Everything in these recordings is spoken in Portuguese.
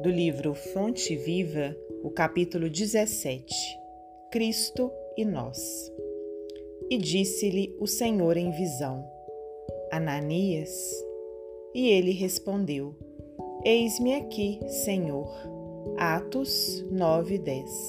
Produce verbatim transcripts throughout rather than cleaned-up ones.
do livro Fonte Viva, o capítulo dezessete, Cristo e nós. E disse-lhe o Senhor em visão: Ananias? E ele respondeu: Eis-me aqui, Senhor. Atos nove, dez.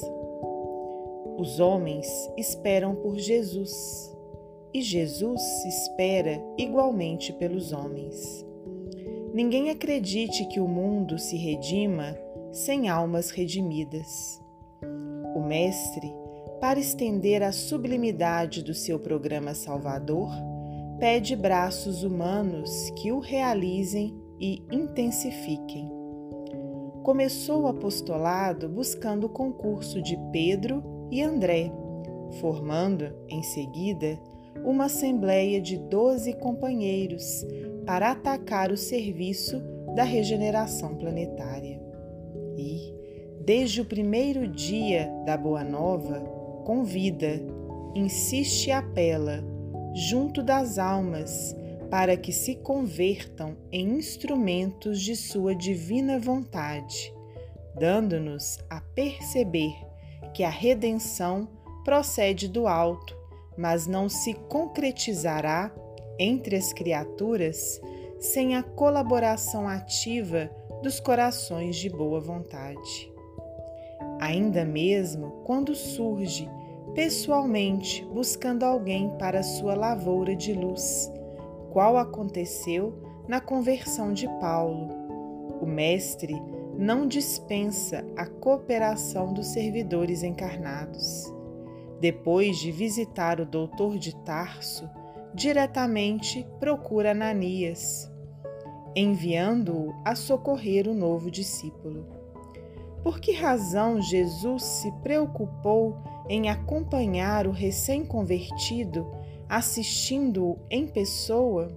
Os homens esperam por Jesus, e Jesus espera igualmente pelos homens. Ninguém acredite que o mundo se redima sem almas redimidas. O Mestre, para estender a sublimidade do seu programa salvador, pede braços humanos que o realizem e intensifiquem. Começou o apostolado buscando o concurso de Pedro e André, formando, em seguida, uma assembleia de doze companheiros para atacar o serviço da regeneração planetária. E, desde o primeiro dia da Boa Nova, convida, insiste e apela, junto das almas, para que se convertam em instrumentos de sua divina vontade, dando-nos a perceber que a redenção procede do alto, mas não se concretizará entre as criaturas sem a colaboração ativa dos corações de boa vontade. Ainda mesmo quando surge pessoalmente buscando alguém para sua lavoura de luz, qual aconteceu na conversão de Paulo, o Mestre não dispensa a cooperação dos servidores encarnados. Depois de visitar o doutor de Tarso, diretamente procura Ananias, enviando-o a socorrer o novo discípulo. Por que razão Jesus se preocupou em acompanhar o recém-convertido, assistindo-o em pessoa?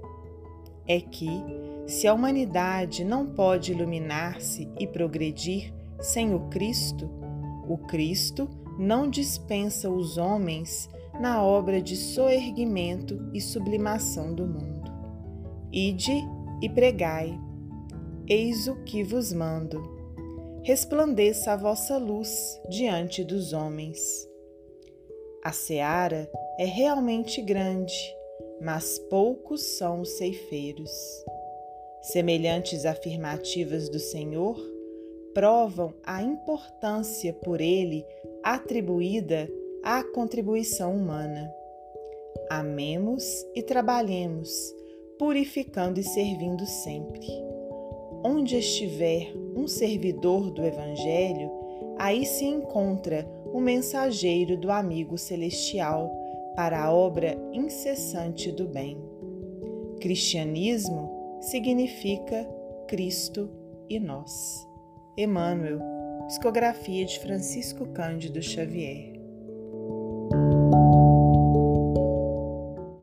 É que, se a humanidade não pode iluminar-se e progredir sem o Cristo, o Cristo não dispensa os homens na obra de soerguimento e sublimação do mundo. Ide e pregai, eis o que vos mando. Resplandeça a vossa luz diante dos homens. A seara é realmente grande, mas poucos são os ceifeiros. Semelhantes afirmativas do Senhor provam a importância por ele atribuída à contribuição humana. Amemos e trabalhemos, purificando e servindo sempre. Onde estiver um servidor do Evangelho, aí se encontra o mensageiro do amigo celestial para a obra incessante do bem. Cristianismo significa Cristo e nós. Emmanuel, psicografia de Francisco Cândido Xavier.